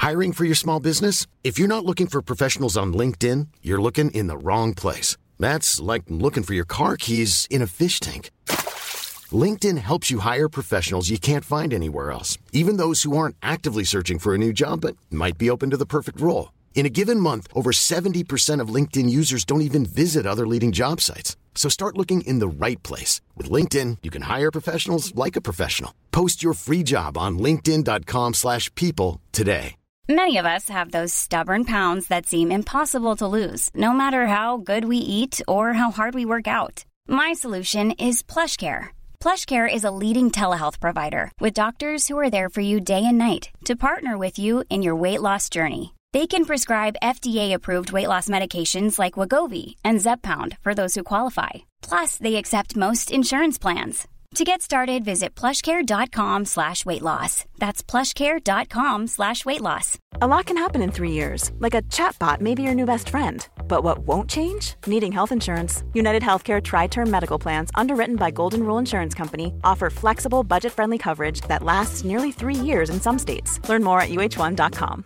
Hiring for your small business? If you're not looking for professionals on LinkedIn, you're looking in the wrong place. That's like looking for your car keys in a fish tank. LinkedIn helps you hire professionals you can't find anywhere else, even those who aren't actively searching for a new job but might be open to the perfect role. In a given month, over 70% of LinkedIn users don't even visit other leading job sites. So start looking in the right place. With LinkedIn, you can hire professionals like a professional. Post your free job on linkedin.com/people today. Many of us have those stubborn pounds that seem impossible to lose, no matter how good we eat or how hard we work out. My solution is PlushCare. PlushCare is a leading telehealth provider with doctors who are there for you day and night to partner with you in your weight loss journey. They can prescribe FDA-approved weight loss medications like Wegovy and Zepbound for those who qualify. Plus, they accept most insurance plans. To get started, visit plushcare.com/weightloss. That's plushcare.com/weightloss. A lot can happen in 3 years, like a chatbot may be your new best friend. But what won't change? Needing health insurance. United Healthcare Tri-Term Medical Plans, underwritten by Golden Rule Insurance Company, offer flexible, budget-friendly coverage that lasts nearly 3 years in some states. Learn more at uh1.com.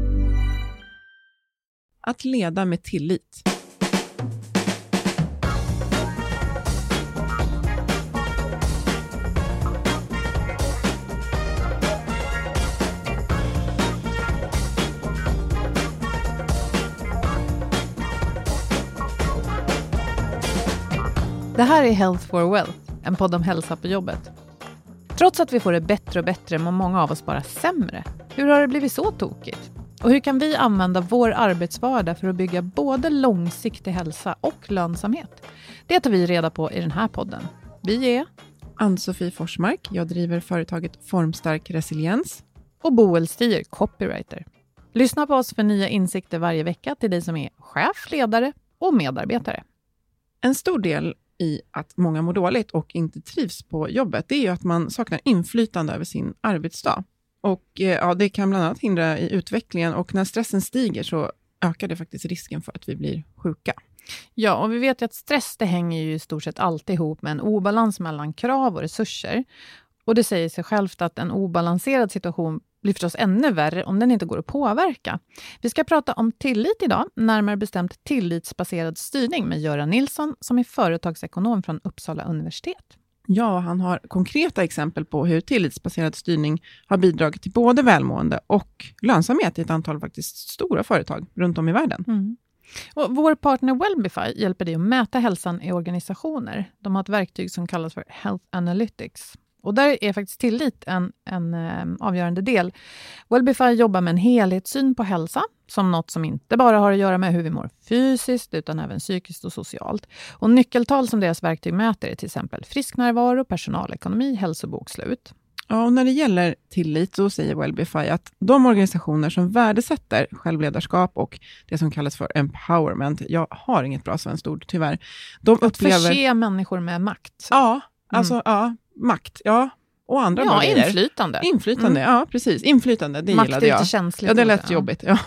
Att leda med tillit. Det här är Health for Wealth, en podd om hälsa på jobbet. Trots att vi får det bättre och bättre mår många av oss bara sämre. Hur har det blivit så tokigt? Och hur kan vi använda vår arbetsvardag för att bygga både långsiktig hälsa och lönsamhet? Det tar vi reda på i den här podden. Vi är Ann-Sofie Forsmark, jag driver företaget Formstark Resiliens. Och Boel Stier, copywriter. Lyssna på oss för nya insikter varje vecka till dig som är chef, ledare och medarbetare. En stor del i att många mår dåligt och inte trivs på jobbet, det är ju att man saknar inflytande över sin arbetsdag. Och det kan bland annat hindra i utvecklingen, och när stressen stiger så ökar det faktiskt risken för att vi blir sjuka. Ja, och vi vet ju att stress, det hänger ju i stort sett alltid ihop med en obalans mellan krav och resurser. Och det säger sig självt att en obalanserad situation blir förstås ännu värre om den inte går att påverka. Vi ska prata om tillit idag, närmare bestämt tillitsbaserad styrning med Göran Nilsson som är företagsekonom från Uppsala universitet. Ja, han har konkreta exempel på hur tillitsbaserad styrning har bidragit till både välmående och lönsamhet i ett antal faktiskt stora företag runt om i världen. Mm. Och vår partner Wellbify hjälper dig att mäta hälsan i organisationer. De har ett verktyg som kallas för Health Analytics. Och där är faktiskt tillit en avgörande del. Wellbify jobbar med en helhetssyn på hälsa som något som inte bara har att göra med hur vi mår fysiskt utan även psykiskt och socialt. Och nyckeltal som deras verktyg mäter är till exempel frisknärvaro, personalekonomi, hälsobokslut. Ja, och när det gäller tillit så säger Wellbify att de organisationer som värdesätter självledarskap och det som kallas för empowerment, jag har inget bra svenskt ord tyvärr, de upplever... Att förse människor med makt. Ja, alltså makt, ja. Och andra inflytande. Inflytande, ja precis. Inflytande, det makt gillade jag. Makt är lite känsligt. Ja, det lät jobbigt. Ja.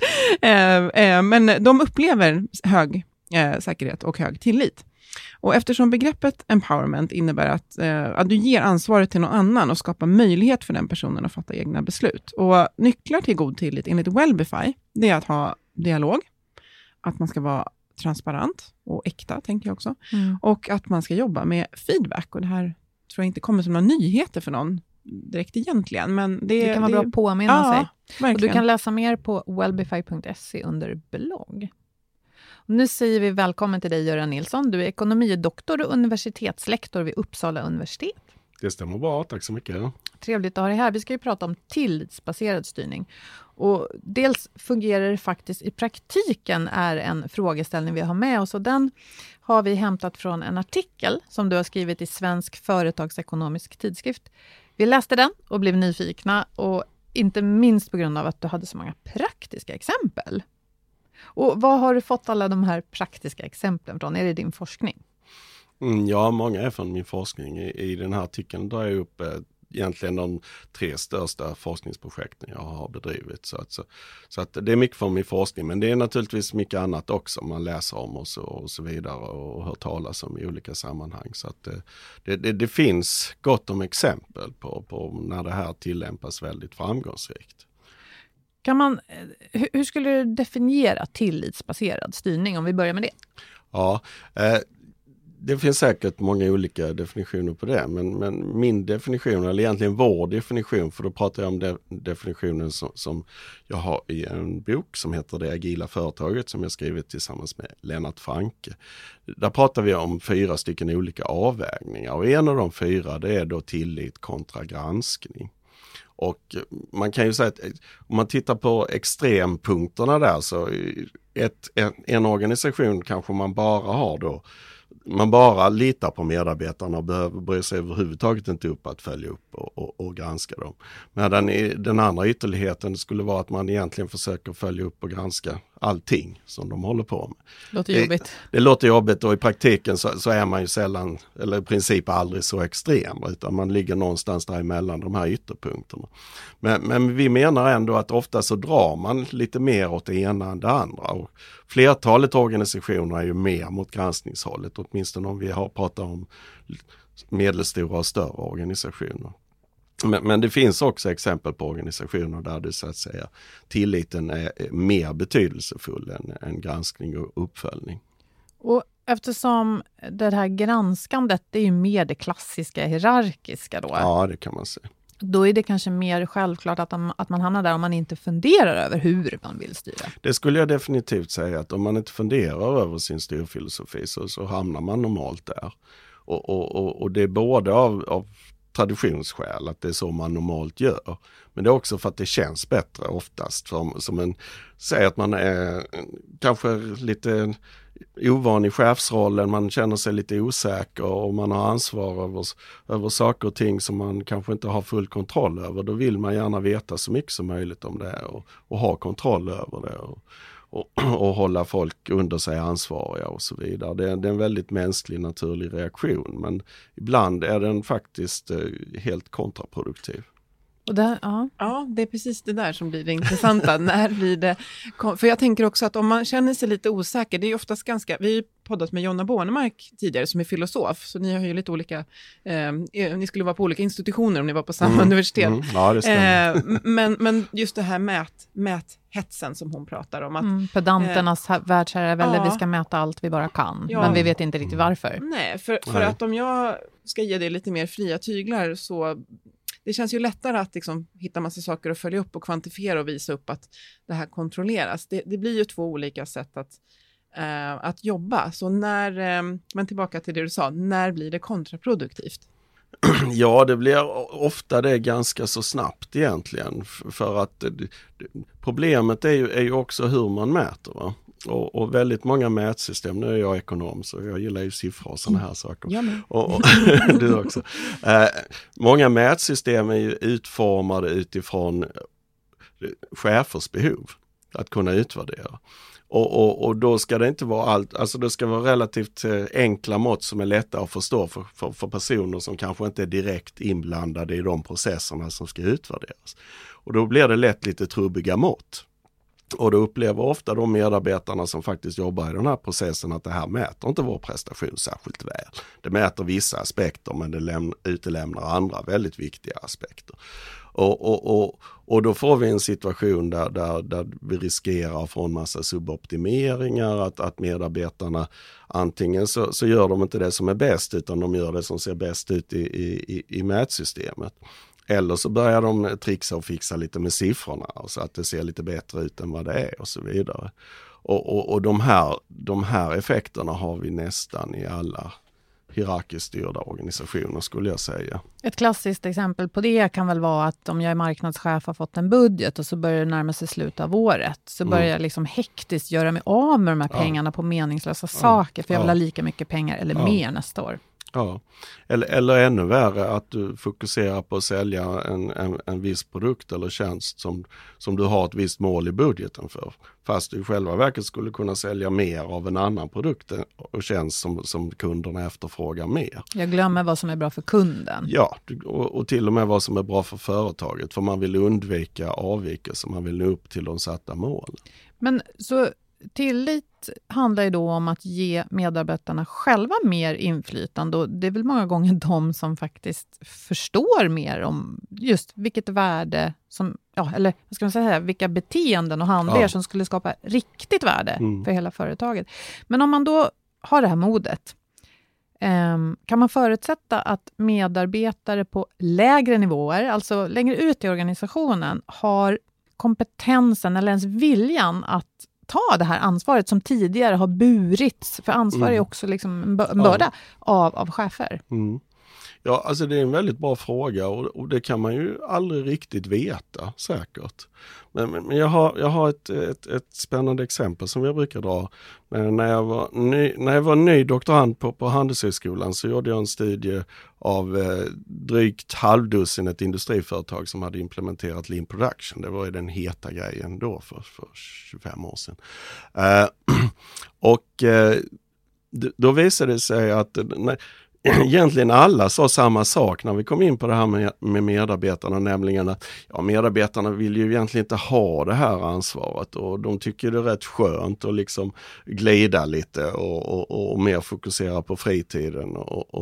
Men de upplever hög säkerhet och hög tillit. Och eftersom begreppet empowerment innebär att du ger ansvaret till någon annan och skapar möjlighet för den personen att fatta egna beslut. Och nycklar till god tillit enligt Wellbify, det är att ha dialog, att man ska vara transparent och äkta, tänker jag också. Och att man ska jobba med feedback, och det här tror jag inte kommer som några nyheter för någon direkt egentligen. Men det kan vara bra att påminna sig. Verkligen. Och du kan läsa mer på wellbify.se under blogg. Och nu säger vi välkommen till dig Göran Nilsson. Du är ekonomidoktor och universitetslektor vid Uppsala universitet. Det stämmer bra, tack så mycket. Trevligt att ha dig här. Vi ska ju prata om tillitsbaserad styrning. Och dels fungerar det faktiskt i praktiken är en frågeställning vi har med oss. Och den har vi hämtat från en artikel som du har skrivit i Svensk företagsekonomisk tidskrift. Vi läste den och blev nyfikna, och inte minst på grund av att du hade så många praktiska exempel. Och vad har du fått alla de här praktiska exemplen från? Är det din forskning? Ja, många är från min forskning. I den här artikeln drar jag upp egentligen de 3 största forskningsprojekten jag har bedrivit. Så att det är mycket från min forskning, men det är naturligtvis mycket annat också. Man läser om och så vidare och hör talas om i olika sammanhang. Så att det finns gott om exempel på när det här tillämpas väldigt framgångsrikt. Kan man, hur skulle du definiera tillitsbaserad styrning om vi börjar med det? Ja, det finns säkert många olika definitioner på det, men min definition, eller egentligen vår definition, för då pratar jag om definitionen som jag har i en bok som heter Det agila företaget, som jag skrivit tillsammans med Lennart Franke. Där pratar vi om 4 stycken olika avvägningar, och en av de 4 det är då tillit kontra granskning. Och man kan ju säga att om man tittar på extrempunkterna där, så en organisation kanske man bara litar på medarbetarna och behöver bry sig överhuvudtaget inte upp att följa upp och granska dem. Men den andra ytterligheten skulle vara att man egentligen försöker följa upp och granska allting som de håller på med. Låter jobbigt. Det låter jobbigt, och i praktiken så är man ju sällan, eller i princip aldrig så extrem, utan man ligger någonstans däremellan de här ytterpunkterna. Men vi menar ändå att ofta så drar man lite mer åt det ena än det andra, och flertalet organisationer är ju mer mot granskningshållet, åtminstone om vi har pratat om medelstora och större organisationer. Men det finns också exempel på organisationer där det så att säga tilliten är mer betydelsefull än granskning och uppföljning. Och eftersom det här granskandet är ju mer det klassiska hierarkiska då. Ja, det kan man säga. Då är det kanske mer självklart att man hamnar där om man inte funderar över hur man vill styra. Det skulle jag definitivt säga, att om man inte funderar över sin styrfilosofi så hamnar man normalt där. Och det är både av traditionsskäl, att det är så man normalt gör. Men det är också för att det känns bättre oftast. Säg att man är kanske lite ovan i chefsrollen, man känner sig lite osäker och man har ansvar över saker och ting som man kanske inte har full kontroll över. Då vill man gärna veta så mycket som möjligt om det och ha kontroll över det och hålla folk under sig ansvariga och så vidare. Det är en väldigt mänsklig, naturlig reaktion, men ibland är den faktiskt helt kontraproduktiv. Och där, Ja, det är precis det där som blir det intressanta. När blir det... För jag tänker också att om man känner sig lite osäker, det är oftast ganska... Vi har ju poddat med Jonna Bornemark tidigare som är filosof, så ni har ju lite olika... ni skulle vara på olika institutioner om ni var på samma universitet. Ja, det stämmer. Men just det här mäthetsen som hon pratar om. Att, pedanternas världsherravälde, vi ska mäta allt vi bara kan. Ja. Men vi vet inte riktigt varför. Nej, för att om jag ska ge det lite mer fria tyglar så... Det känns ju lättare att liksom hitta massa saker att följa upp och kvantifiera och visa upp att det här kontrolleras. Det blir ju 2 olika sätt att jobba. Så men tillbaka till det du sa, när blir det kontraproduktivt? Ja, det blir ofta det ganska så snabbt egentligen. För att problemet är ju också hur man mäter, va? Och väldigt många mätsystem, nu är jag ekonom så jag gillar ju siffror och sådana här saker. Och du också. Många mätsystem är ju utformade utifrån chefers behov att kunna utvärdera. Och då ska det inte vara allt, alltså det ska vara relativt enkla mått som är lätta att förstå för personer som kanske inte är direkt inblandade i de processerna som ska utvärderas. Och då blir det lätt lite trubbiga mått. Och då upplever ofta de medarbetarna som faktiskt jobbar i den här processen att det här mäter inte vår prestation särskilt väl. Det mäter vissa aspekter, men det utelämnar andra väldigt viktiga aspekter. Och då får vi en situation där vi riskerar att få en massa suboptimeringar, att medarbetarna antingen så gör de inte det som är bäst, utan de gör det som ser bäst ut i mätsystemet. Eller så börjar de trixa och fixa lite med siffrorna så att det ser lite bättre ut än vad det är och så vidare. Och de här effekterna har vi nästan i alla hierarkiskt styrda organisationer, skulle jag säga. Ett klassiskt exempel på det kan väl vara att om jag är marknadschef har fått en budget och så börjar det närma sig slutet av året, så börjar jag liksom hektiskt göra mig av med de här pengarna på meningslösa saker, för jag vill ha lika mycket pengar eller mer nästa år. Ja, eller ännu värre att du fokuserar på att sälja en viss produkt eller tjänst som du har ett visst mål i budgeten för. Fast du i själva verket skulle kunna sälja mer av en annan produkt och tjänst som kunderna efterfrågar mer. Jag glömmer vad som är bra för kunden. Ja, och till och med vad som är bra för företaget. För man vill undvika avvikelser, man vill nå upp till de satta målen. Men så tillit handlar ju då om att ge medarbetarna själva mer inflytande. Och det är väl många gånger de som faktiskt förstår mer om just vilket värde som, eller vad ska man säga, vilka beteenden och handlingar som skulle skapa riktigt värde för hela företaget. Men om man då har det här modet, kan man förutsätta att medarbetare på lägre nivåer, alltså längre ut i organisationen, har kompetensen eller ens viljan att ta det här ansvaret som tidigare har burits, för ansvar är också liksom en börda av chefer? Ja, alltså det är en väldigt bra fråga och det kan man ju aldrig riktigt veta säkert. Men jag har ett spännande exempel som jag brukar dra. När jag var ny doktorand på Handelshögskolan så gjorde jag en studie av drygt halvdussinet industriföretag som hade implementerat Lean Production. Det var ju den heta grejen då för 25 år sedan. Då visade det sig att egentligen alla sa samma sak när vi kom in på det här med medarbetarna, nämligen att medarbetarna vill ju egentligen inte ha det här ansvaret och de tycker det är rätt skönt att liksom glida lite och mer fokusera på fritiden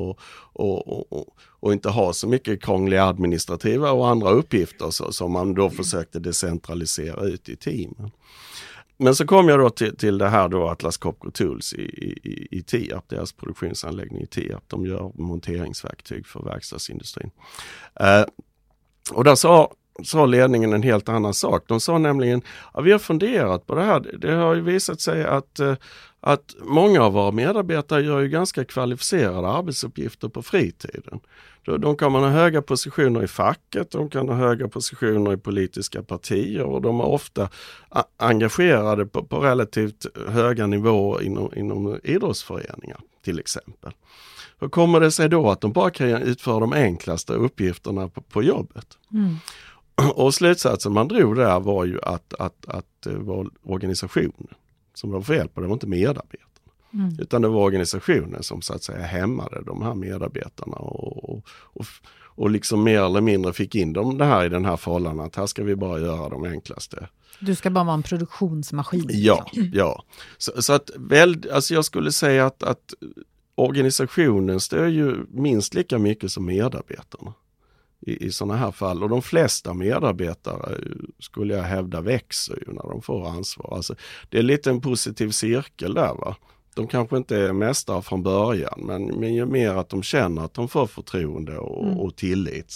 och inte ha så mycket krångliga administrativa och andra uppgifter som man då försökte decentralisera ut i teamen. Men så kom jag då till det här då Atlas Copco Tools i Tierp, deras produktionsanläggning i Tierp. De gör monteringsverktyg för verkstadsindustrin. Och där sa ledningen en helt annan sak. De sa nämligen, vi har funderat på det här. Det har ju visat sig att många av våra medarbetare gör ju ganska kvalificerade arbetsuppgifter på fritiden. De kan ha höga positioner i facket, de kan ha höga positioner i politiska partier och de är ofta engagerade på relativt höga nivåer inom idrottsföreningar till exempel. Hur kommer det sig då att de bara kan utföra de enklaste uppgifterna på jobbet? Och slutsatsen man drog där var ju att det var organisationen som var fel på, det var inte medarbetarna. Utan det var organisationen som så att säga hämmade de här medarbetarna och liksom mer eller mindre fick in dem det här i den här fållan att här ska vi bara göra de enklaste. Du ska bara vara en produktionsmaskin. Ja. Så att alltså jag skulle säga att organisationen står ju minst lika mycket som medarbetarna i sådana här fall. Och de flesta medarbetare skulle jag hävda växer ju när de får ansvar. Alltså, det är lite en positiv cirkel där va. De kanske inte är mästare från början men ju mer att de känner att de får förtroende och tillit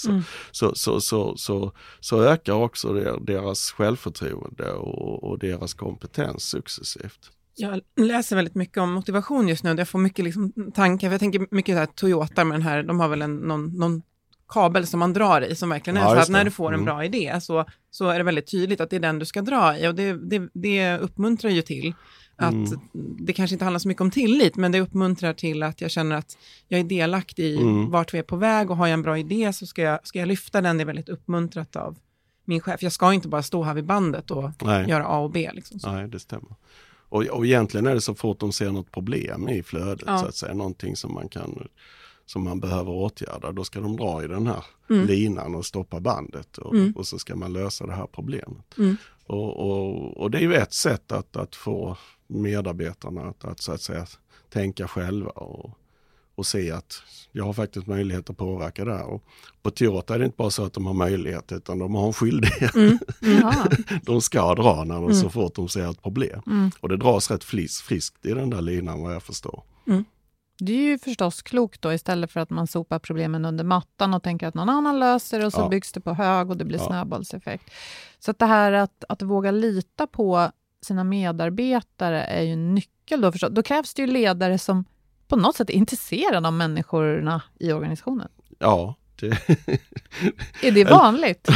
så ökar också deras självförtroende och deras kompetens successivt. Jag läser väldigt mycket om motivation just nu och jag får mycket liksom tankar. Jag tänker mycket så här Toyota med den här, de har väl någon kabel som man drar i som verkligen är så att när du får en bra idé så är det väldigt tydligt att det är den du ska dra i och det uppmuntrar ju till att det kanske inte handlar så mycket om tillit men det uppmuntrar till att jag känner att jag är delaktig i vart vi är på väg och har jag en bra idé så ska jag lyfta den. Det är väldigt uppmuntrat av min chef. Jag ska inte bara stå här vid bandet och göra A och B. Liksom, så. Nej, det stämmer. Och egentligen är det så fort de ser något problem i flödet så att säga, någonting som man behöver åtgärda, då ska de dra i den här linan och stoppa bandet och så ska man lösa det här problemet. Och det är ju ett sätt att få medarbetarna att så att säga tänka själva och se att jag har faktiskt möjlighet att påverka det här. Och på Toyota är det inte bara så att de har möjlighet utan de har en skyldighet. De ska dra när så fort de ser ett problem. Och det dras rätt friskt i den där linan vad jag förstår. Det är ju förstås klokt då istället för att man sopar problemen under mattan och tänker att någon annan löser och så byggs det på hög och det blir snöbollseffekt. Så att det här att våga lita på sina medarbetare är ju en nyckel då förstås. Då krävs det ju ledare som på något sätt är intresserade av människorna i organisationen. Ja. Är det vanligt?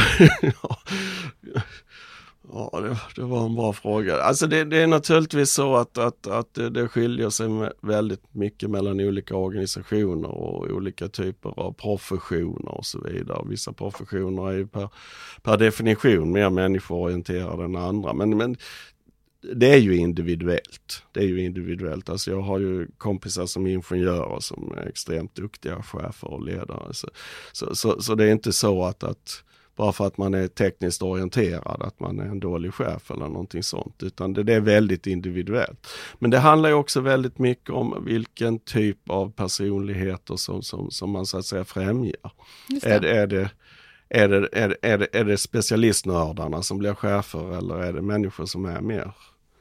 Ja, det var en bra fråga. Alltså det är naturligtvis så att det skiljer sig väldigt mycket mellan olika organisationer och olika typer av professioner och så vidare. Vissa professioner är ju per definition mer människoorienterade än andra. Men det är ju individuellt. Alltså jag har ju kompisar som är ingenjörer som är extremt duktiga chefer och ledare. Så det är inte så att bara för att man är tekniskt orienterad, att man är en dålig chef eller någonting sånt, utan det är väldigt individuellt. Men det handlar ju också väldigt mycket om vilken typ av personligheter som man så att säga främjar. Är det specialistnördarna som blir chefer, eller är det människor som är mer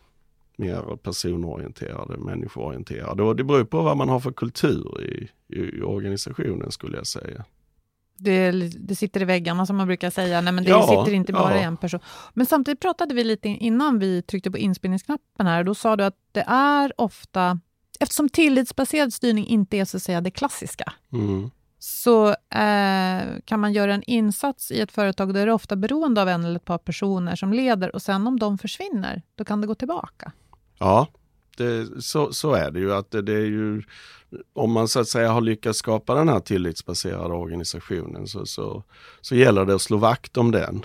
personorienterade, människoorienterade? Och det beror på vad man har för kultur i organisationen, skulle jag säga. Det sitter i väggarna, som man brukar säga. Nej, men det sitter inte bara i en person. Men samtidigt pratade vi lite innan vi tryckte på inspelningsknappen här. Då sa du att det är ofta, eftersom tillitsbaserad styrning inte är så att säga det klassiska, så kan man göra en insats i ett företag där det är ofta beroende av en eller ett par personer som leder, och sen om de försvinner, då kan det gå tillbaka. Ja, så är det ju. Att det är ju, om man så att säga har lyckats skapa den här tillitsbaserade organisationen, så gäller det att slå vakt om den.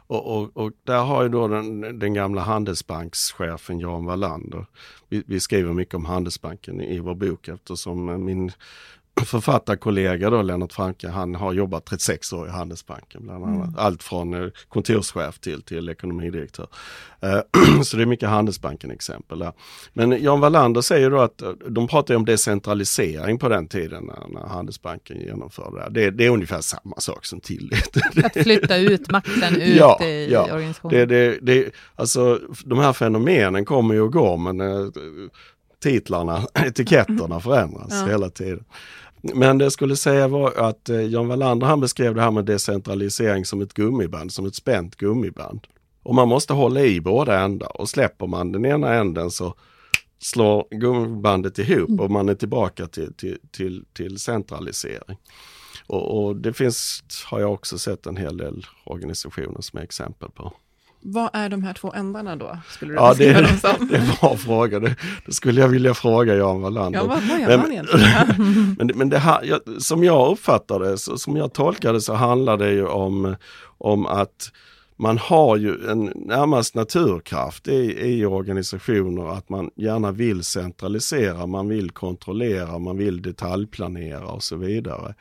Och där har ju då den gamla Handelsbankschefen Jan Wallander, vi skriver mycket om Handelsbanken i vår bok, eftersom min författarkollega då, Lennart Franke, han har jobbat 36 år i Handelsbanken bland annat. Allt från kontorschef till ekonomidirektör. Så det är mycket Handelsbanken exempel där. Men Jan Wallander säger då att de pratar om decentralisering på den tiden när Handelsbanken genomförde det. Det är ungefär samma sak som tillit. Att flytta ut makten ut i organisationen. Alltså de här fenomenen kommer ju och går, men titlarna, etiketterna förändras hela tiden. Men det skulle säga var att Jan Wallander, han beskrev det här med decentralisering som ett gummiband, som ett spänt gummiband. Och man måste hålla i båda ändar, och släpper man den ena änden så slår gummibandet ihop och man är tillbaka till centralisering. Och det finns, har jag också sett en hel del organisationer som är exempel på. Vad är de här två ändarna då? Skulle du det var fråga. Det skulle jag vilja fråga Jan Wallander. Ja, vad gör man egentligen? Men det här, som jag uppfattade det, som jag tolkade, så handlar det ju om att man har ju en närmast naturkraft i organisationer, att man gärna vill centralisera, man vill kontrollera, man vill detaljplanera och så vidare.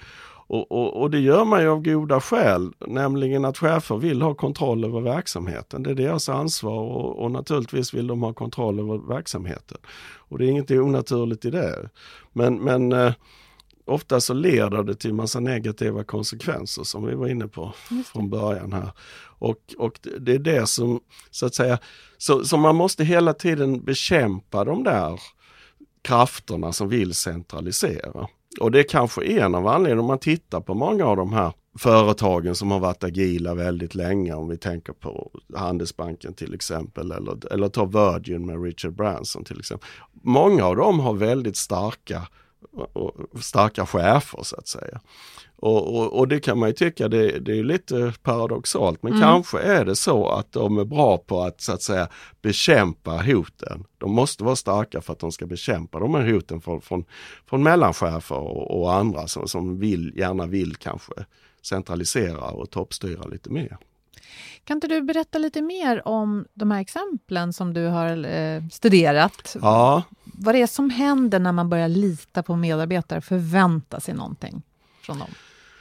Och det gör man ju av goda skäl, nämligen att chefer vill ha kontroll över verksamheten. Det är deras ansvar, och naturligtvis vill de ha kontroll över verksamheten. Och det är inget onaturligt i det. Men ofta så leder det till massa negativa konsekvenser, som vi var inne på från början här. Och det är det som, så att säga, så man måste hela tiden bekämpa de där krafterna som vill centralisera. Och det är kanske en av anledningarna, om man tittar på många av de här företagen som har varit agila väldigt länge, om vi tänker på Handelsbanken till exempel, eller ta Virgin med Richard Branson till exempel. Många av dem har väldigt starka chefer, så att säga. Och det kan man ju tycka, det är lite paradoxalt, men kanske är det så att de är bra på att, så att säga, bekämpa hoten. De måste vara starka för att de ska bekämpa de här hoten från mellanchefer och andra som gärna vill kanske centralisera och toppstyra lite mer. Kan inte du berätta lite mer om de här exemplen som du har studerat? Ja. Vad det är som händer när man börjar lita på medarbetare, förvänta sig någonting från dem?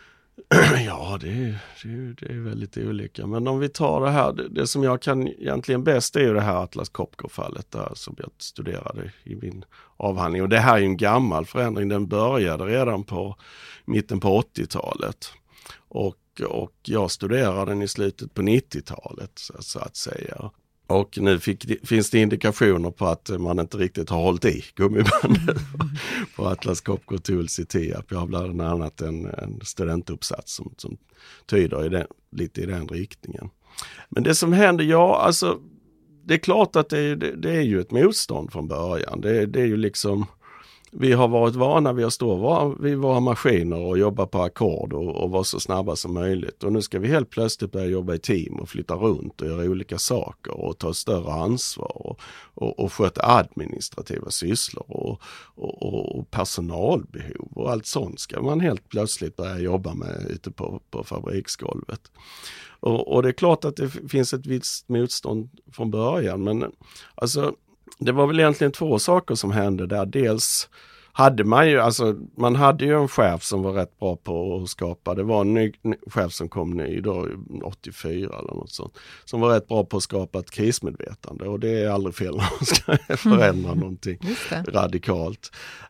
Ja, det är väldigt olika. Men om vi tar det här, det som jag kan egentligen bäst är ju det här Atlas Copco-fallet där, som jag studerade i min avhandling. Och det här är ju en gammal förändring, den började redan på mitten på 80-talet. Och jag studerade den i slutet på 90-talet, så att säga. Och nu finns det indikationer på att man inte riktigt har hållit i gummibandet på Atlas Copco Tools i Tierp. Jag har bland annat en studentuppsats som tyder lite i den riktningen. Men det som händer, alltså det är klart att det är ju ett motstånd från början. Det är ju liksom, vi har varit vana vid att stå vid våra maskiner och jobba på ackord och vara så snabba som möjligt. Och nu ska vi helt plötsligt börja jobba i team och flytta runt och göra olika saker och ta större ansvar och sköta administrativa sysslor och personalbehov och allt sånt ska man helt plötsligt börja jobba med ute på fabriksgolvet. Och det är klart att det finns ett visst motstånd från början, men alltså det var väl egentligen två saker som hände där. Dels hade man ju, alltså man hade ju en chef som var rätt bra på att skapa, det var en ny chef som kom ny då 84 eller något sånt, som var rätt bra på att skapa ett krismedvetande, och det är aldrig fel när man ska förändra någonting radikalt.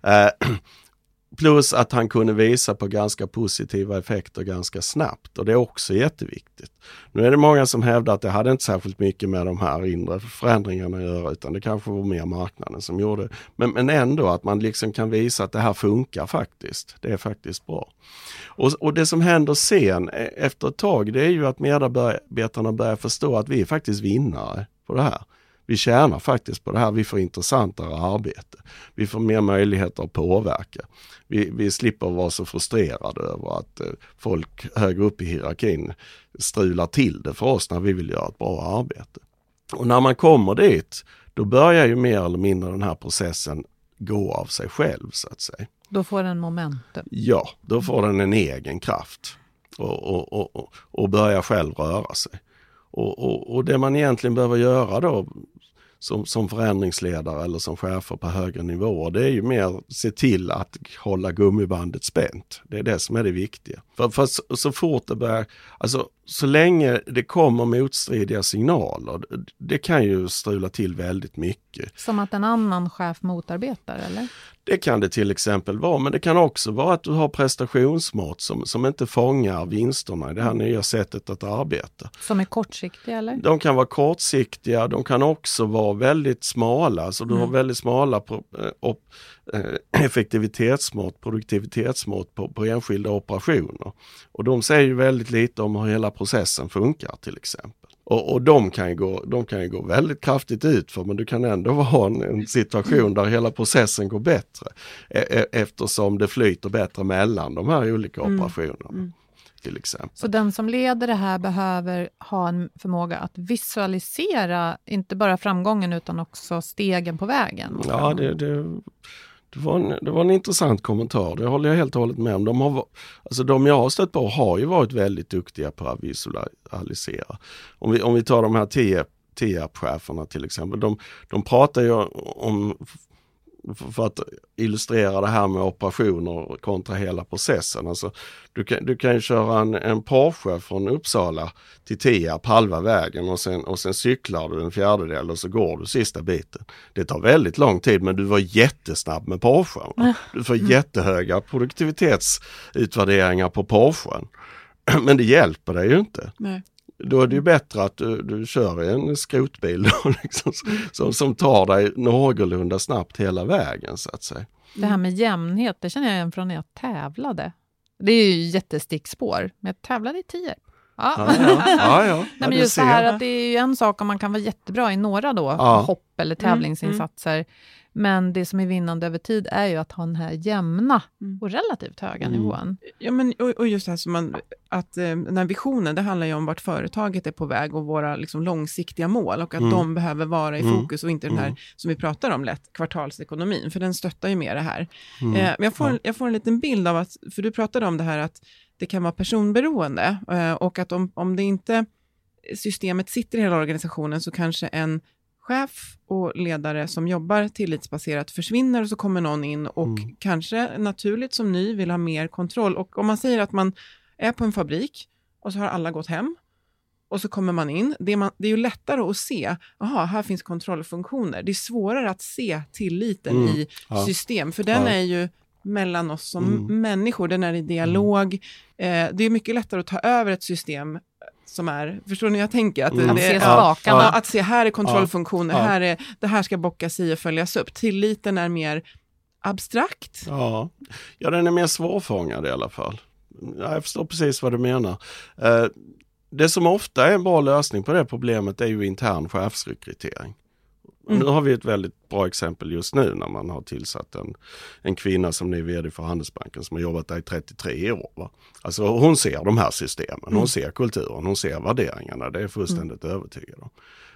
Plus att han kunde visa på ganska positiva effekter ganska snabbt, och det är också jätteviktigt. Nu är det många som hävdar att det hade inte särskilt mycket med de här inre förändringarna att göra, utan det kanske var mer marknaden som gjorde det. Men ändå att man liksom kan visa att det här funkar faktiskt. Det är faktiskt bra. Och det som händer sen efter ett tag, det är ju att medarbetarna börjar förstå att vi är faktiskt vinnare på det här. Vi tjänar faktiskt på det här, vi får intressantare arbete. Vi får mer möjligheter att påverka. Vi slipper vara så frustrerade över att folk högre upp i hierarkin strular till det för oss när vi vill göra ett bra arbete. Och när man kommer dit, då börjar ju mer eller mindre den här processen gå av sig själv, så att säga. Då får den momentum. Ja, då får den en egen kraft och börjar själv röra sig. Och det man egentligen behöver göra då som förändringsledare eller som chefer på högre nivåer, det är ju mer se till att hålla gummibandet spänt. Det är det som är det viktiga. För så fort det börjar, alltså så länge det kommer motstridiga signaler, det kan ju strula till väldigt mycket. Som att en annan chef motarbetar, eller? Det kan det till exempel vara, men det kan också vara att du har prestationsmått som inte fångar vinsterna i det här nya sättet att arbeta. Som är kortsiktiga, eller? De kan vara kortsiktiga, de kan också vara väldigt smala, så du har väldigt smala effektivitetsmått, produktivitetsmått på enskilda operationer. Och de säger ju väldigt lite om hur hela processen funkar till exempel. Och de kan ju gå väldigt kraftigt ut för, men du kan ändå ha en situation där hela processen går bättre eftersom det flyter bättre mellan de här olika operationerna. Till exempel. Så den som leder det här behöver ha en förmåga att visualisera inte bara framgången utan också stegen på vägen? Ja, det var en intressant kommentar. Det håller jag helt och hållet med om. De jag har stött på har ju varit väldigt duktiga på att visualisera. Om vi tar de här TIAP-cheferna till exempel. De pratar ju om, för att illustrera det här med operationer kontra hela processen. Alltså, du kan ju köra en Porsche från Uppsala till Tierp halva vägen och sen cyklar du en fjärdedel och så går du sista biten. Det tar väldigt lång tid, men du var jättesnabb med Porschen. Du får jättehöga produktivitetsutvärderingar på Porschen. Men det hjälper dig ju inte. Nej. Då är det ju bättre att du kör i en skrotbil då, liksom, som tar dig någorlunda snabbt hela vägen, så att säga. Det här med jämnhet, det känner jag igen från när jag tävlade. Det är ju jättestickspår, men jag tävlade i 10. Ja. Nej, men just det här att det är ju en sak om man kan vara jättebra i några hopp eller tävlingsinsatser. Men det som är vinnande över tid är ju att ha den här jämna och relativt höga nivån. Ja, men och just det här som att den här visionen, det handlar ju om vart företaget är på väg och våra liksom långsiktiga mål, och att de behöver vara i fokus och inte den här som vi pratar om lätt, kvartalsekonomin, för den stöttar ju med det här. Men jag får en liten bild av att, för du pratade om det här att det kan vara personberoende och att om det inte systemet sitter i hela organisationen, så kanske en chef och ledare som jobbar tillitsbaserat försvinner och så kommer någon in och kanske naturligt som ny vill ha mer kontroll. Och om man säger att man är på en fabrik och så har alla gått hem och så kommer man in. Det är ju lättare att se, här finns kontrollfunktioner. Det är svårare att se tilliten i system, för den är ju mellan oss som människor, den är i dialog. Det är mycket lättare att ta över ett system som är, förstår ni jag tänker? Att se spakarna. Att se, här är kontrollfunktioner, det här ska bockas i och följas upp. Tilliten är mer abstrakt. Ja, den är mer svårfångad i alla fall. Jag förstår precis vad du menar. Det som ofta är en bra lösning på det problemet är ju intern chefsrekrytering. Nu har vi ett väldigt bra exempel just nu när man har tillsatt en kvinna som ny vd för Handelsbanken som har jobbat där i 33 år. Va? Alltså hon ser de här systemen, hon ser kulturen, hon ser värderingarna, det är fullständigt övertygad om.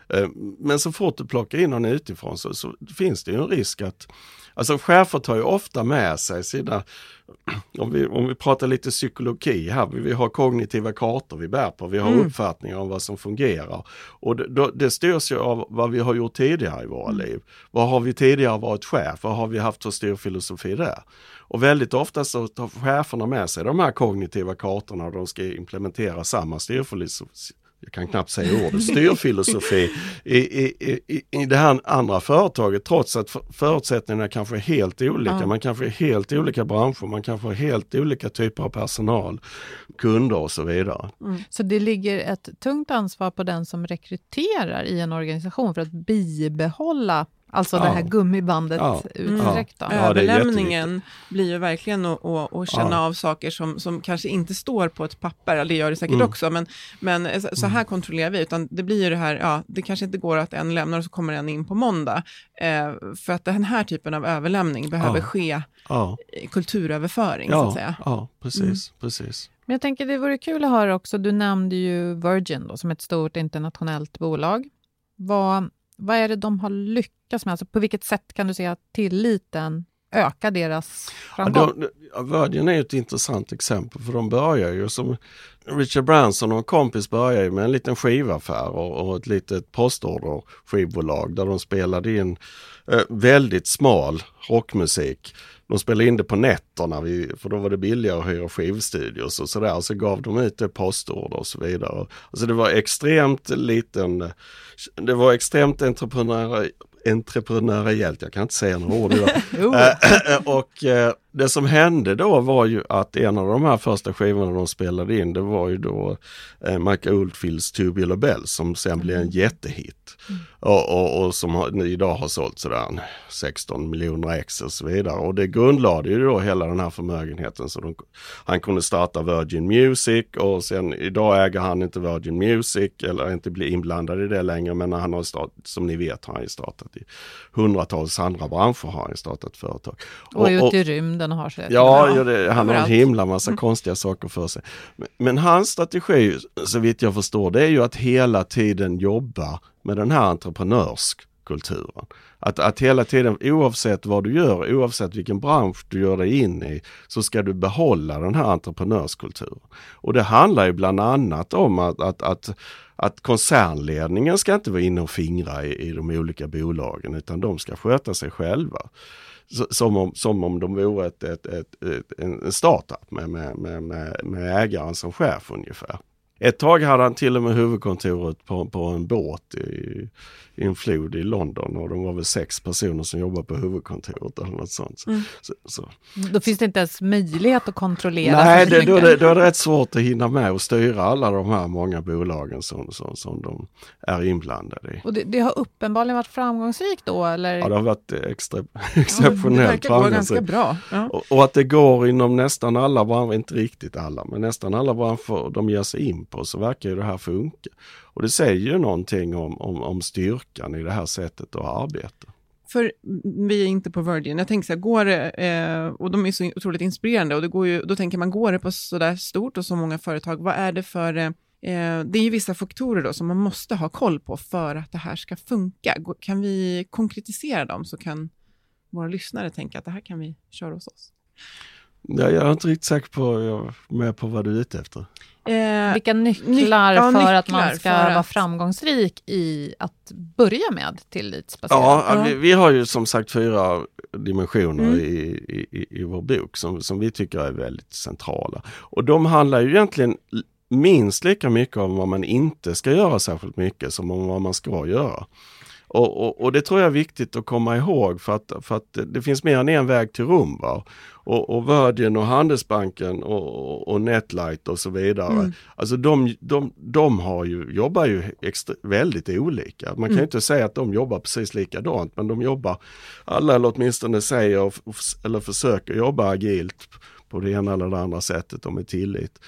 Men så fort du plockar in någon utifrån så finns det ju en risk att, alltså chefer tar ju ofta med sig sina, om vi pratar lite psykologi här, vi har kognitiva kartor vi bär på, vi har uppfattningar om vad som fungerar. Och det styrs ju av vad vi har gjort tidigare i våra liv. Vad har vi tidigare varit chef? Vad har vi haft för styrfilosofi där? Och väldigt ofta så tar cheferna med sig de här kognitiva kartorna och de ska implementera samma styrfilosofi. Jag kan knappt säga ordet, styrfilosofi i det här andra företaget, trots att förutsättningarna kanske är helt olika. Man kanske är helt olika branscher, man kanske har helt olika typer av personal, kunder och så vidare. Så det ligger ett tungt ansvar på den som rekryterar i en organisation för att bibehålla alltså det här gummibandet utsträckt. Ja, överlämningen blir ju verkligen att känna av saker som kanske inte står på ett papper, eller det gör det säkert också, men så här kontrollerar vi, utan det blir ju det här, det kanske inte går att en lämnar och så kommer en in på måndag, för att den här typen av överlämning behöver ske kulturöverföring så att säga. Ja, precis. Men jag tänker det vore kul att höra också, du nämnde ju Virgin då, som ett stort internationellt bolag. Vad är det de har lyckats med? Alltså på vilket sätt kan du se att tilliten ökar deras framgång? Virgin är ett intressant exempel, för de börjar ju som Richard Branson och en kompis började ju med en liten skivaffär och ett litet postorder skivbolag där de spelade in väldigt smal rockmusik. De spelade in det på nätterna, för då var det billigare att hyra skivstudios och sådär. Och så gav de ut det postorder och så vidare. Alltså det var extremt entreprenöriellt, jag kan inte säga några ord idag. Och det som hände då var ju att en av de här första skivorna de spelade in, det var ju då Mike Oldfields Tubular Bells, som sen blev en jättehit. Och som idag har sålt sådär 16 miljoner ex och så vidare. Och det grundlade ju då hela den här förmögenheten, så han kunde starta Virgin Music, och sen idag äger han inte Virgin Music eller inte blir inblandad i det längre, men han har som ni vet har han ju startat i hundratals andra branscher, har han startat företag. Och ut i rymden har sig. Han har en himla massa konstiga saker för sig. Men hans strategi, så vitt jag förstår, det är ju att hela tiden jobba med den här entreprenörskulturen. Att hela tiden, oavsett vad du gör, oavsett vilken bransch du gör dig in i, så ska du behålla den här entreprenörskulturen. Och det handlar ju bland annat om att koncernledningen ska inte vara inne och fingra i de olika bolagen, utan de ska sköta sig själva. Som om de vore en startup med ägaren som chef ungefär. Ett tag hade han till och med huvudkontoret på en båt i en flod i London, och de var väl 6 personer som jobbade på huvudkontoret eller något sånt. Så. Då finns det inte ens möjlighet att kontrollera. Nej, då är det rätt svårt att hinna med och styra alla de här många bolagen som de är inblandade i. Och det har uppenbarligen varit framgångsrikt då, eller? Ja, det har varit exceptionellt framgångsrikt. Ganska bra. Ja. Och att det går inom nästan alla branscher, inte riktigt alla, men nästan alla branscher de ger sig in på, så verkar ju det här funka. Och det säger ju någonting om styrkan i det här sättet att arbeta. För vi är inte på Virgin. Jag tänker så här, går det, och de är så otroligt inspirerande, och det går ju, då tänker man, går det på så där stort och så många företag, vad är det för, det är ju vissa faktorer då som man måste ha koll på för att det här ska funka. Kan vi konkretisera dem, så kan våra lyssnare tänka att det här kan vi köra hos oss? Ja, jag är inte riktigt säker på vad du är ute efter. Vilka nycklar för att man ska vara framgångsrik i att börja med tillitsbaserat? Ja, vi har ju som sagt 4 dimensioner i vår bok som vi tycker är väldigt centrala. Och de handlar ju egentligen minst lika mycket om vad man inte ska göra särskilt mycket som om vad man ska göra. Och det tror jag är viktigt att komma ihåg, för att det finns mer än en väg till Rom, va? Och Virgin och Handelsbanken och Netlight och så vidare. Alltså de jobbar ju väldigt olika. Man kan ju inte säga att de jobbar precis likadant, men de jobbar, alla eller åtminstone säger eller försöker jobba agilt på det ena eller det andra sättet och med tillit.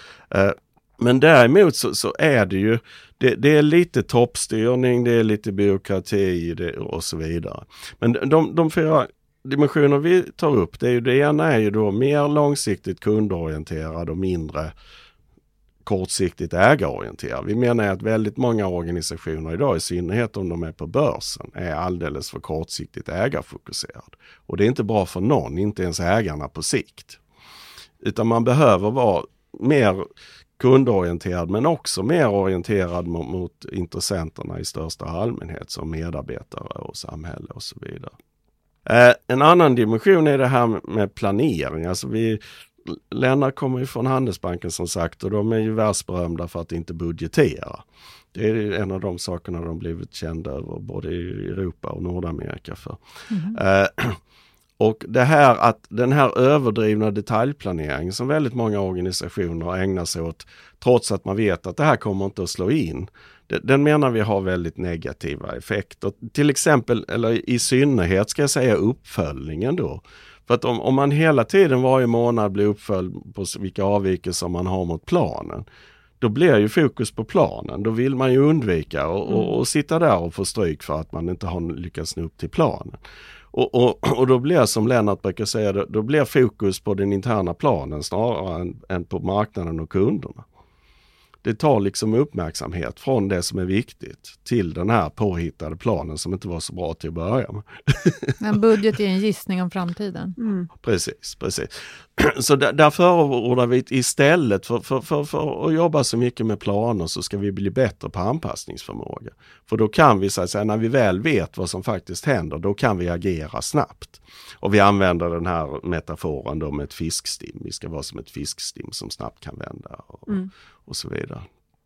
Men däremot så är det ju, det är lite toppstyrning, det är lite byråkrati och så vidare. Men de 4 dimensioner vi tar upp, det ena är ju då mer långsiktigt kundorienterad och mindre kortsiktigt ägarorienterad. Vi menar att väldigt många organisationer idag, i synnerhet om de är på börsen, är alldeles för kortsiktigt ägarfokuserad. Och det är inte bra för någon, inte ens ägarna på sikt. Utan man behöver vara mer kundorienterad, men också mer orienterad mot intressenterna i största allmänhet, som medarbetare och samhälle och så vidare. En annan dimension är det här med planering. Alltså Lennart kommer ju från Handelsbanken som sagt, och de är ju världsberömda för att inte budgetera. Det är en av de sakerna de blivit kända över både i Europa och Nordamerika för. Och det här att den här överdrivna detaljplanering som väldigt många organisationer ägnar sig åt, trots att man vet att det här kommer inte att slå in, den menar vi har väldigt negativa effekter. Till exempel, eller i synnerhet ska jag säga, uppföljningen då. För att om man hela tiden varje månad blir uppföljd på vilka avvikelser man har mot planen, då blir ju fokus på planen. Då vill man ju undvika och sitta där och få stryk för att man inte har lyckats nå upp till planen. Och då blir, som Lennart brukar säga, då blir fokus på den interna planen snarare än på marknaden och kunderna. Det tar liksom uppmärksamhet från det som är viktigt till den här påhittade planen som inte var så bra till att börja med. En budget är en gissning om framtiden. Precis. Så där förordar vi istället för att jobba så mycket med planer, så ska vi bli bättre på anpassningsförmåga. För då kan vi säga, när vi väl vet vad som faktiskt händer, då kan vi agera snabbt. Och vi använder den här metaforen då med ett fiskstim. Vi ska vara som ett fiskstim som snabbt kan vända och så vidare.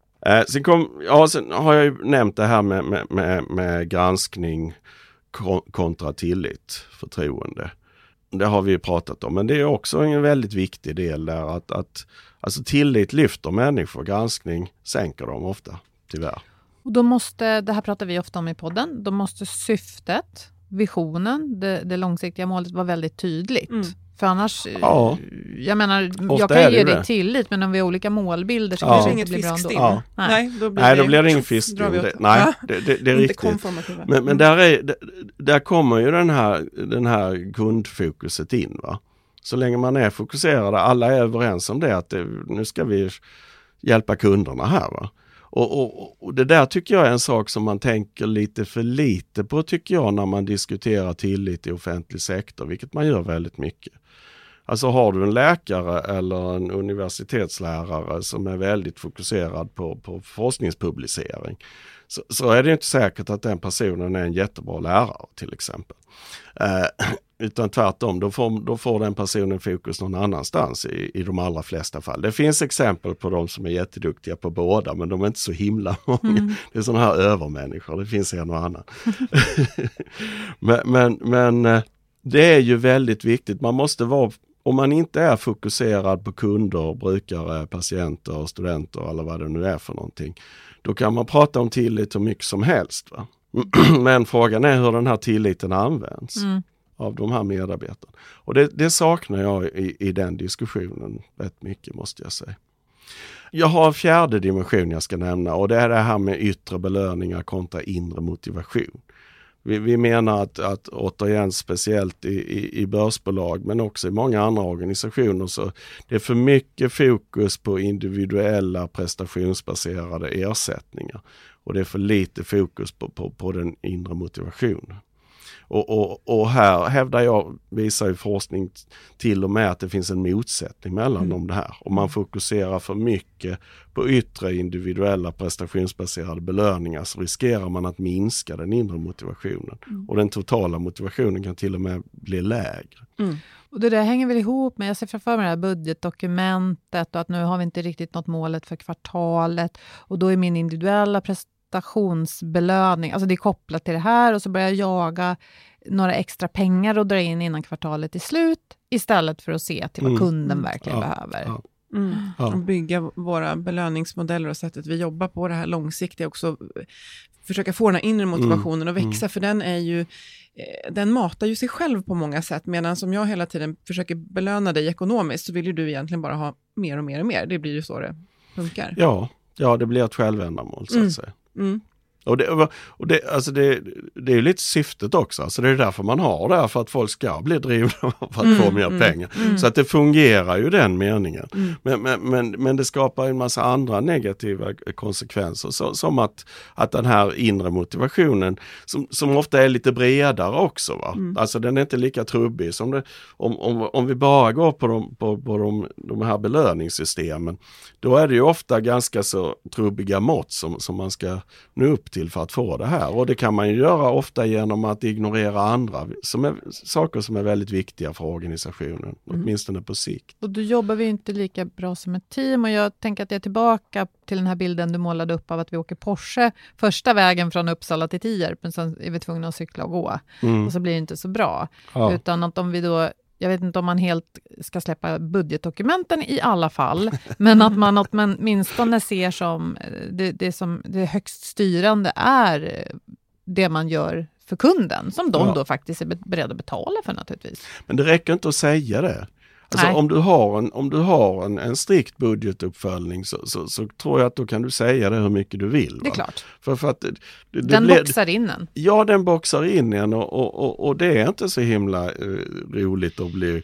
Sen har jag ju nämnt det här med granskning kontra tillit, förtroende. Det har vi ju pratat om, men det är också en väldigt viktig del där att alltså tillit lyfter människor, granskning sänker dem ofta, tyvärr. Och då måste, det här pratar vi ofta om i podden, då måste syftet, visionen, det långsiktiga målet vara väldigt tydligt. För annars, jag menar, jag kan ge dig tillit, men om vi har olika målbilder så kanske det inte blir bra ändå. Nej, då blir det ingen fiskstim. Nej, det är riktigt. Men där kommer ju den här kundfokuset in, va. Så länge man är fokuserad, alla är överens om det, att nu ska vi hjälpa kunderna här, va. Och det där tycker jag är en sak som man tänker lite för lite på, tycker jag, när man diskuterar tillit i offentlig sektor, vilket man gör väldigt mycket. Alltså har du en läkare eller en universitetslärare som är väldigt fokuserad på forskningspublicering, så är det inte säkert att den personen är en jättebra lärare till exempel. Utan tvärtom, då får den personen fokus någon annanstans i de allra flesta fall. Det finns exempel på de som är jätteduktiga på båda, men de är inte så himla många. Det är sådana här övermänniskor, det finns en och annan. men det är ju väldigt viktigt. Man måste vara, om man inte är fokuserad på kunder, brukare, patienter, studenter eller vad det nu är för någonting, då kan man prata om tillit hur mycket som helst, va? Men frågan är hur den här tilliten används av de här medarbetarna. Och det saknar jag i den diskussionen rätt mycket, måste jag säga. Jag har en fjärde dimension jag ska nämna, och det är det här med yttre belöningar kontra inre motivation. Vi menar att återigen, speciellt i börsbolag men också i många andra organisationer, så det är för mycket fokus på individuella prestationsbaserade ersättningar. Och det är för lite fokus på den inre motivationen. Och här hävdar jag, visar ju forskning till och med, att det finns en motsättning mellan dem det här. Om man fokuserar för mycket på yttre individuella prestationsbaserade belöningar, så riskerar man att minska den inre motivationen. Och den totala motivationen kan till och med bli lägre. Och det där hänger väl ihop med, jag ser framför mig det här budgetdokumentet och att nu har vi inte riktigt nått målet för kvartalet, och då är min individuella prestationsbelöning, alltså det är kopplat till det här, och så börjar jag jaga några extra pengar och dra in innan kvartalet är slut, istället för att se till vad kunden verkligen behöver. Och bygga våra belöningsmodeller och sättet vi jobbar på det här långsiktiga, också försöka få den här inre motivationen att växa, för den är ju, den matar ju sig själv på många sätt, medan som jag hela tiden försöker belöna dig ekonomiskt, så vill ju du egentligen bara ha mer och mer och mer. Det blir ju så det funkar. Ja, det blir ett självändamål så att säga. Och det är ju lite syftet också. Alltså det är därför man har det här, för att folk ska bli drivna för att få mer pengar. Så att det fungerar ju den meningen. Men det skapar en massa andra negativa konsekvenser. Som att den här inre motivationen, som ofta är lite bredare också. Va? Alltså den är inte lika trubbig som det. Om vi bara går på de här belöningssystemen, då är det ju ofta ganska så trubbiga mått som man ska nå upp till för att få det här. Och det kan man ju göra ofta genom att ignorera andra saker som är väldigt viktiga för organisationen, åtminstone på sikt. Och då jobbar vi inte lika bra som ett team, och jag tänker att jag är tillbaka till den här bilden du målade upp av att vi åker Porsche första vägen från Uppsala till Tierp, men sen är vi tvungna att cykla och gå. Och så blir det inte så bra. Ja. Utan att om vi då, jag vet inte om man helt ska släppa budgetdokumenten i alla fall, men att man åtminstone ser som det högst styrande är det man gör för kunden, som de då faktiskt är beredda att betala för naturligtvis. Men det räcker inte att säga det. Alltså om du har en strikt budgetuppföljning så tror jag att då kan du säga det hur mycket du vill. Va? Det är klart. För att den boxar in en. Ja, den boxar in en och det är inte så himla roligt att bli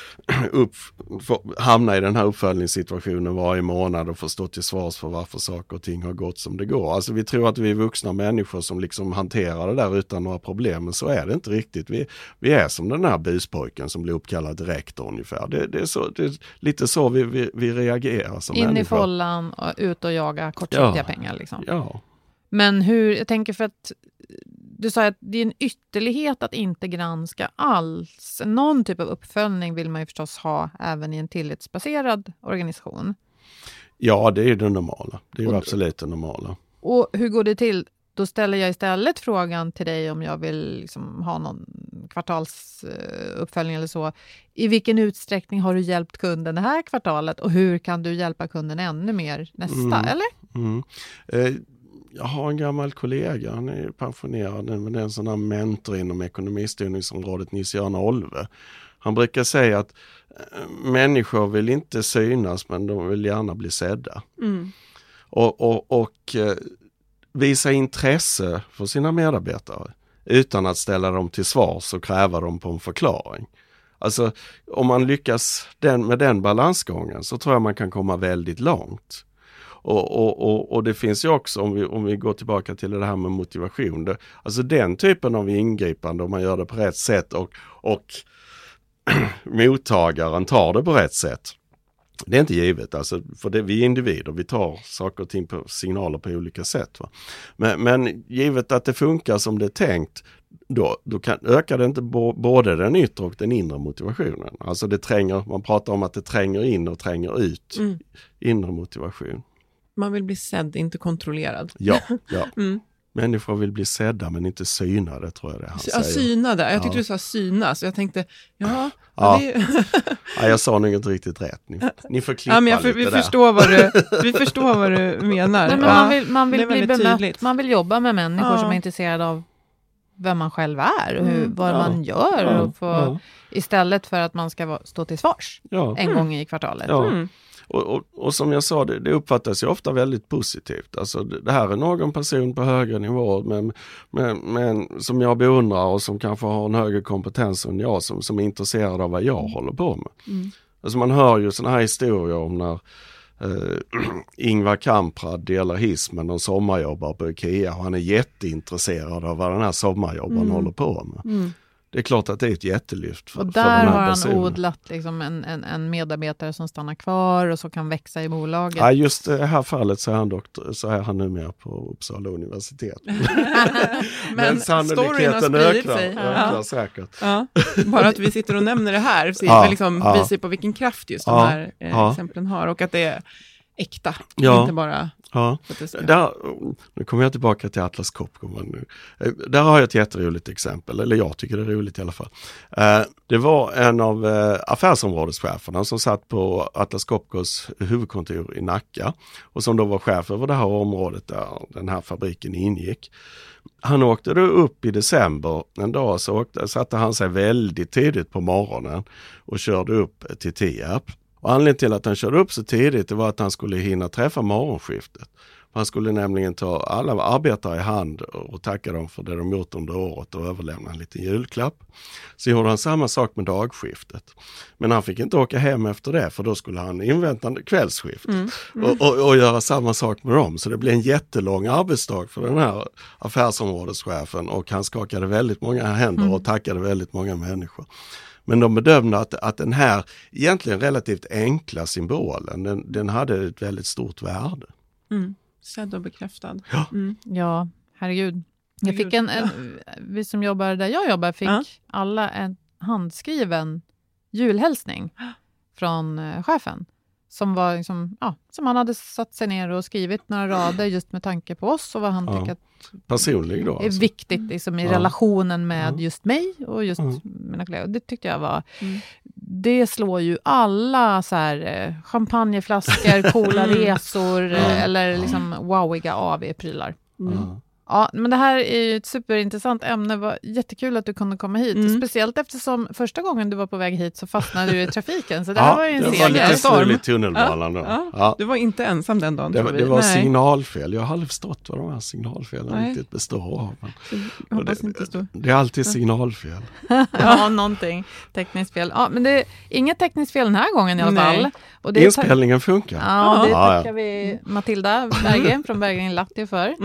hamna i den här uppföljningssituationen varje månad och få stå till svars för varför saker och ting har gått som det går. Alltså vi tror att vi är vuxna människor som liksom hanterar det där utan några problem, men så är det inte riktigt. Vi är som den här buspojken som blir uppkallad rektor ungefär. Det är lite så vi reagerar som människor. In i follan och ut och jaga kortsiktiga pengar liksom. Ja. Men jag tänker för att du sa att det är en ytterlighet att inte granska alls. Någon typ av uppföljning vill man ju förstås ha även i en tillitsbaserad organisation. Ja, det är det normala. Det är ju absolut det normala. Och hur går det till? Då ställer jag istället frågan till dig om jag vill liksom ha någon kvartalsuppföljning eller så. I vilken utsträckning har du hjälpt kunden det här kvartalet och hur kan du hjälpa kunden ännu mer nästa, eller? Jag har en gammal kollega, han är pensionerad nu, men det är en sån här mentor inom ekonomistyrningsområdet, Nils-Göran Olve. Han brukar säga att människor vill inte synas, men de vill gärna bli sedda. Och visa intresse för sina medarbetare utan att ställa dem till svars och kräva dem på en förklaring. Alltså om man lyckas med den balansgången så tror jag man kan komma väldigt långt. Och det finns ju också, om vi går tillbaka till det här med motivation, alltså den typen av ingripande, om man gör det på rätt sätt och mottagaren tar det på rätt sätt. Det är inte givet, alltså, för vi är individer, vi tar saker och ting på signaler på olika sätt. Va? Men givet att det funkar som det är tänkt, då ökar det inte både den yttre och den inre motivationen. Alltså man pratar om att det tränger in och tränger ut inre motivation. Man vill bli sedd, inte kontrollerad. Ja. Människor vill bli sedda men inte synade, tror jag det han säger. Synade. Jag tyckte du sa synas. Jag tänkte, jag sa nog inte riktigt rätt. Ni får klippa lite vi där. Vi förstår vad du menar. Nej, men man vill bli bemött. Man vill jobba med människor som är intresserade av vem man själv är och vad man gör. Och istället för att man ska stå till svars en gång i kvartalet. Ja. Och som jag sa, det uppfattas ju ofta väldigt positivt. Alltså det här är någon person på högre nivå men som jag beundrar och som kanske har en högre kompetens än jag som är intresserad av vad jag håller på med. Alltså man hör ju såna här historier om när Ingvar Kamprad delar hiss med någon sommarjobbare på IKEA och han är jätteintresserad av vad den här sommarjobbaren håller på med. Det är klart att det är ett jättelyft för den här har han personen. Odlat liksom en medarbetare som stannar kvar och så kan växa i bolaget. Ja, just det här fallet så är han numera på Uppsala universitet. Men sannolikheten ökar säkert. Ja. Bara att vi sitter och nämner det här så visar på vilken kraft just de här exemplen har och att det är äkta, inte bara... Ja, nu kommer jag tillbaka till Atlas Copco. Där har jag ett jätteroligt exempel, eller jag tycker det är roligt i alla fall. Det var en av affärsområdescheferna som satt på Atlas Copcos huvudkontor i Nacka och som då var chef över det här området där den här fabriken ingick. Han åkte då upp i december en dag, satte han sig väldigt tidigt på morgonen och körde upp till Tierp. Och anledningen till att han körde upp så tidigt det var att han skulle hinna träffa morgonskiftet. Han skulle nämligen ta alla arbetare i hand och tacka dem för det de gjort under året och överlämna en liten julklapp. Så gjorde han samma sak med dagskiftet. Men han fick inte åka hem efter det, för då skulle han invänta kvällsskift och göra samma sak med dem. Så det blev en jättelång arbetsdag för den här affärsområdeschefen, och han skakade väldigt många händer och tackade väldigt många människor. Men de bedömde att den här egentligen relativt enkla symbolen, den hade ett väldigt stort värde. Sedd och bekräftad. Ja, herregud. Jag fick vi som jobbar där jag jobbar fick alla en handskriven julhälsning från chefen. Som var liksom, som han hade satt sig ner och skrivit några rader just med tanke på oss och vad han tycker att personlig då, är viktigt liksom, i relationen med just mig och just mina kollegor. Det tyckte jag var, det slår ju alla så här champagneflaskor, coola resor eller liksom wowiga AV-prylar. Ja, men det här är ju ett superintressant ämne. Det var jättekul att du kunde komma hit. Speciellt eftersom första gången du var på väg hit så fastnade du i trafiken. Så det här var ju en seger. Det var lite strul i tunnelbanan då. Ja. Du var inte ensam den dagen. Det var signalfel. Jag har aldrig förstått vad de här signalfelen riktigt består av. Det är alltid signalfel. Ja, någonting. Tekniskt fel. Ja, men det är inget tekniskt fel den här gången i alla fall. Och det inspelningen funkar. Ja, det tackar vi Matilda Berggren från Berggren Lahti för.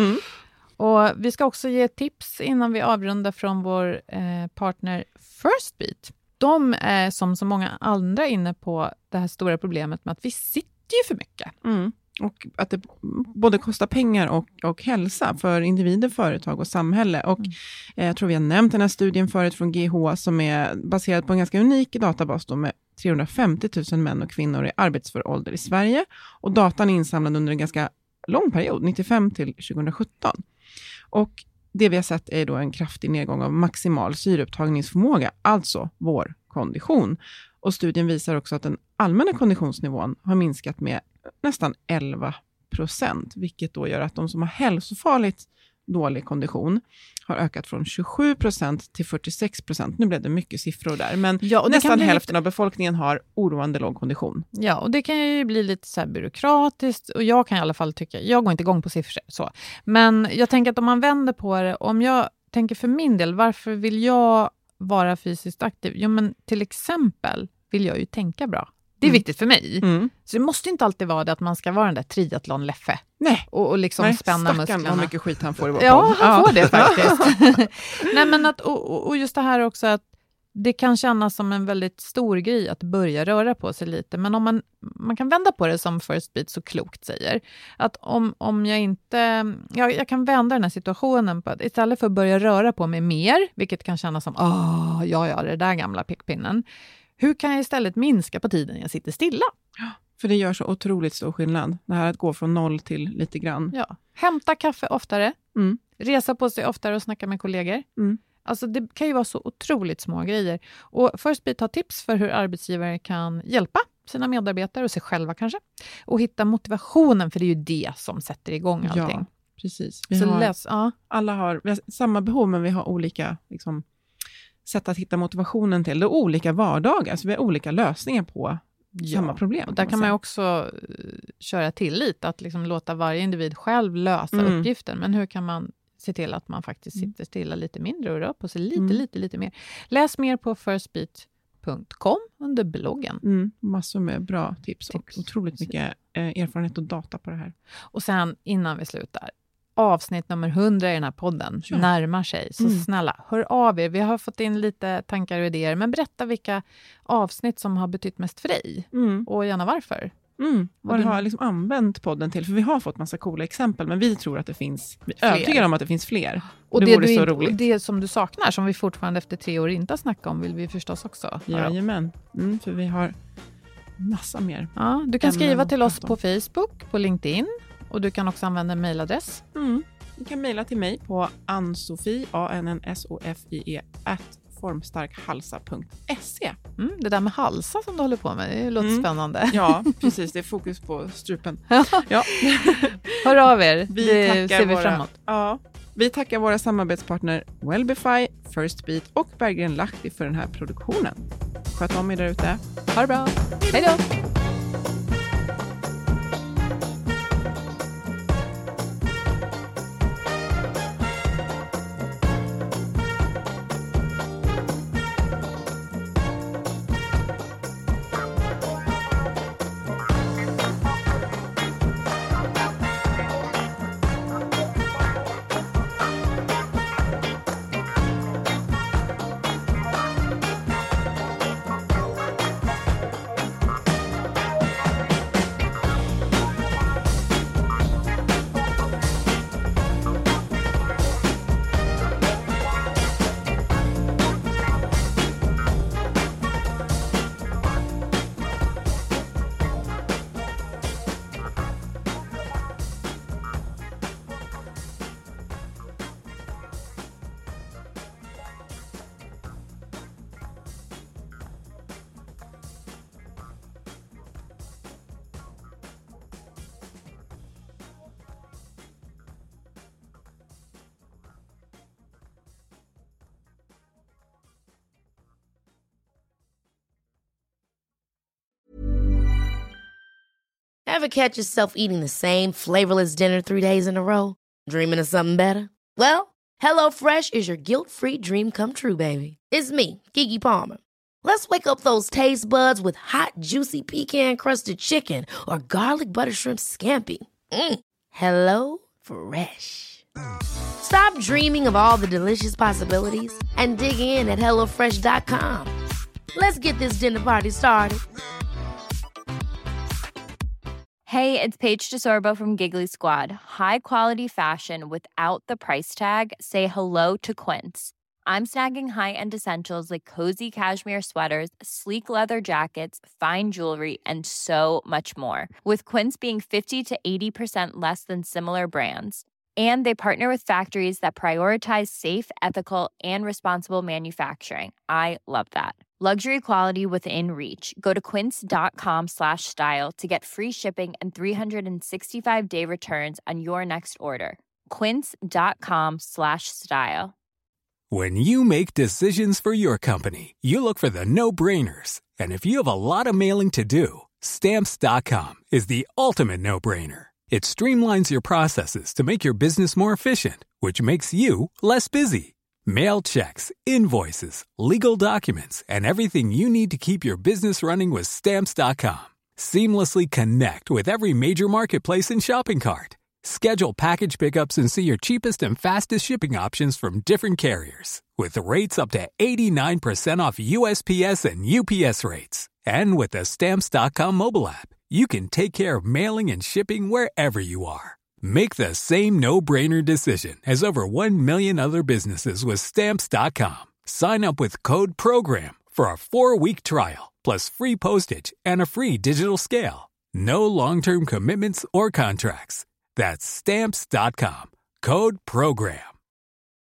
Och vi ska också ge tips innan vi avrundar från vår partner Firstbeat. De är som så många andra inne på det här stora problemet med att vi sitter ju för mycket. Och att det både kostar pengar och hälsa för individer, företag och samhälle. Och jag tror vi har nämnt den här studien förut från GH som är baserad på en ganska unik databas då med 350 000 män och kvinnor i arbetsför ålder i Sverige. Och datan är insamlad under en ganska lång period, 95 till 2017. Och det vi har sett är då en kraftig nedgång av maximal syreupptagningsförmåga, alltså vår kondition. Och studien visar också att den allmänna konditionsnivån har minskat med nästan 11%, vilket då gör att de som har hälsofarligt dålig kondition har ökat från 27% till 46%. Nu blev det mycket siffror där, men nästan hälften av befolkningen har oroande låg kondition. Ja, och det kan ju bli lite så här byråkratiskt, och jag kan i alla fall tycka, jag går inte igång på siffror så. Men jag tänker att om man vänder på det, om jag tänker för min del, varför vill jag vara fysiskt aktiv? Jo, men till exempel vill jag ju tänka bra. Det är viktigt för mig. Så det måste inte alltid vara det att man ska vara den där triathlon-Leffe. Nej. Och liksom spänna musklerna. Vad mycket skit han får i vår podd. Han får det faktiskt. Nej, men och just det här också att det kan kännas som en väldigt stor grej att börja röra på sig lite. Men om man kan vända på det som Firstbeat så klokt säger. Att om jag inte... Jag kan vända den här situationen på att istället för att börja röra på mig mer, vilket kan kännas som det där gamla pickpinnen. Hur kan jag istället minska på tiden jag sitter stilla? Ja, för det gör så otroligt stor skillnad. Det här att gå från 0 till lite grann. Ja. Hämta kaffe oftare. Resa på sig oftare och snacka med kollegor. Alltså det kan ju vara så otroligt små grejer. Och Firstbeat har tips för hur arbetsgivare kan hjälpa sina medarbetare och sig själva kanske. Och hitta motivationen, för det är ju det som sätter igång allting. Ja, precis. Alla har samma behov, men vi har olika sätt att hitta motivationen till. Det är olika vardagar, så vi har olika lösningar på samma problem. Och där kan man också köra tillit, att låta varje individ själv lösa uppgiften. Men hur kan man se till att man faktiskt sitter stilla lite mindre och rör på sig lite mer. Läs mer på firstbeat.com under bloggen. Massor med bra tips och otroligt mycket erfarenhet och data på det här. Och sen innan vi slutar, avsnitt nummer 100 i den här podden närmar sig. Så snälla, hör av er. Vi har fått in lite tankar och idéer. Men berätta vilka avsnitt som har betytt mest för dig. Och gärna varför. Vad du har använt podden till. För vi har fått massa coola exempel. Men vi tror att det finns... Vi är övertygade om att det finns fler. Och det vore så roligt. Och det som du saknar, som vi fortfarande efter 3 år inte har snackat om, vill vi förstås också. Jajamän. För vi har massa mer. Ja, du kan skriva till oss på Facebook, på LinkedIn. Och du kan också använda en mejladress. Du kan mejla till mig på ansofie, ANNSOFIE @formstarkhalsa.se. Det där med halsa som du håller på med, det låter spännande. Ja, precis. Det är fokus på strupen. Ja. Hör av er, det ser vi framåt. Ja, vi tackar våra samarbetspartner Wellbify, Firstbeat och Berggren Lahti för den här produktionen. Sköt om er där ute. Ha det bra. Hej då! Ever catch yourself eating the same flavorless dinner 3 days in a row? Dreaming of something better? Well, HelloFresh is your guilt-free dream come true, baby. It's me, Keke Palmer. Let's wake up those taste buds with hot, juicy pecan-crusted chicken or garlic butter shrimp scampi. Hello Fresh. Stop dreaming of all the delicious possibilities and dig in at HelloFresh.com. Let's get this dinner party started. Hey, it's Paige DeSorbo from Giggly Squad. High quality fashion without the price tag. Say hello to Quince. I'm snagging high-end essentials like cozy cashmere sweaters, sleek leather jackets, fine jewelry, and so much more. With Quince being 50 to 80% less than similar brands. And they partner with factories that prioritize safe, ethical, and responsible manufacturing. I love that. Luxury quality within reach. Go to quince.com/style to get free shipping and 365-day returns on your next order. Quince.com/style. When you make decisions for your company, you look for the no-brainers. And if you have a lot of mailing to do, Stamps.com is the ultimate no-brainer. It streamlines your processes to make your business more efficient, which makes you less busy. Mail checks, invoices, legal documents, and everything you need to keep your business running with Stamps.com. Seamlessly connect with every major marketplace and shopping cart. Schedule package pickups and see your cheapest and fastest shipping options from different carriers. With rates up to 89% off USPS and UPS rates. And with the Stamps.com mobile app, you can take care of mailing and shipping wherever you are. Make the same no-brainer decision as over 1 million other businesses with Stamps.com. Sign up with code PROGRAM for a 4-week trial, plus free postage and a free digital scale. No long-term commitments or contracts. That's Stamps.com. Code PROGRAM.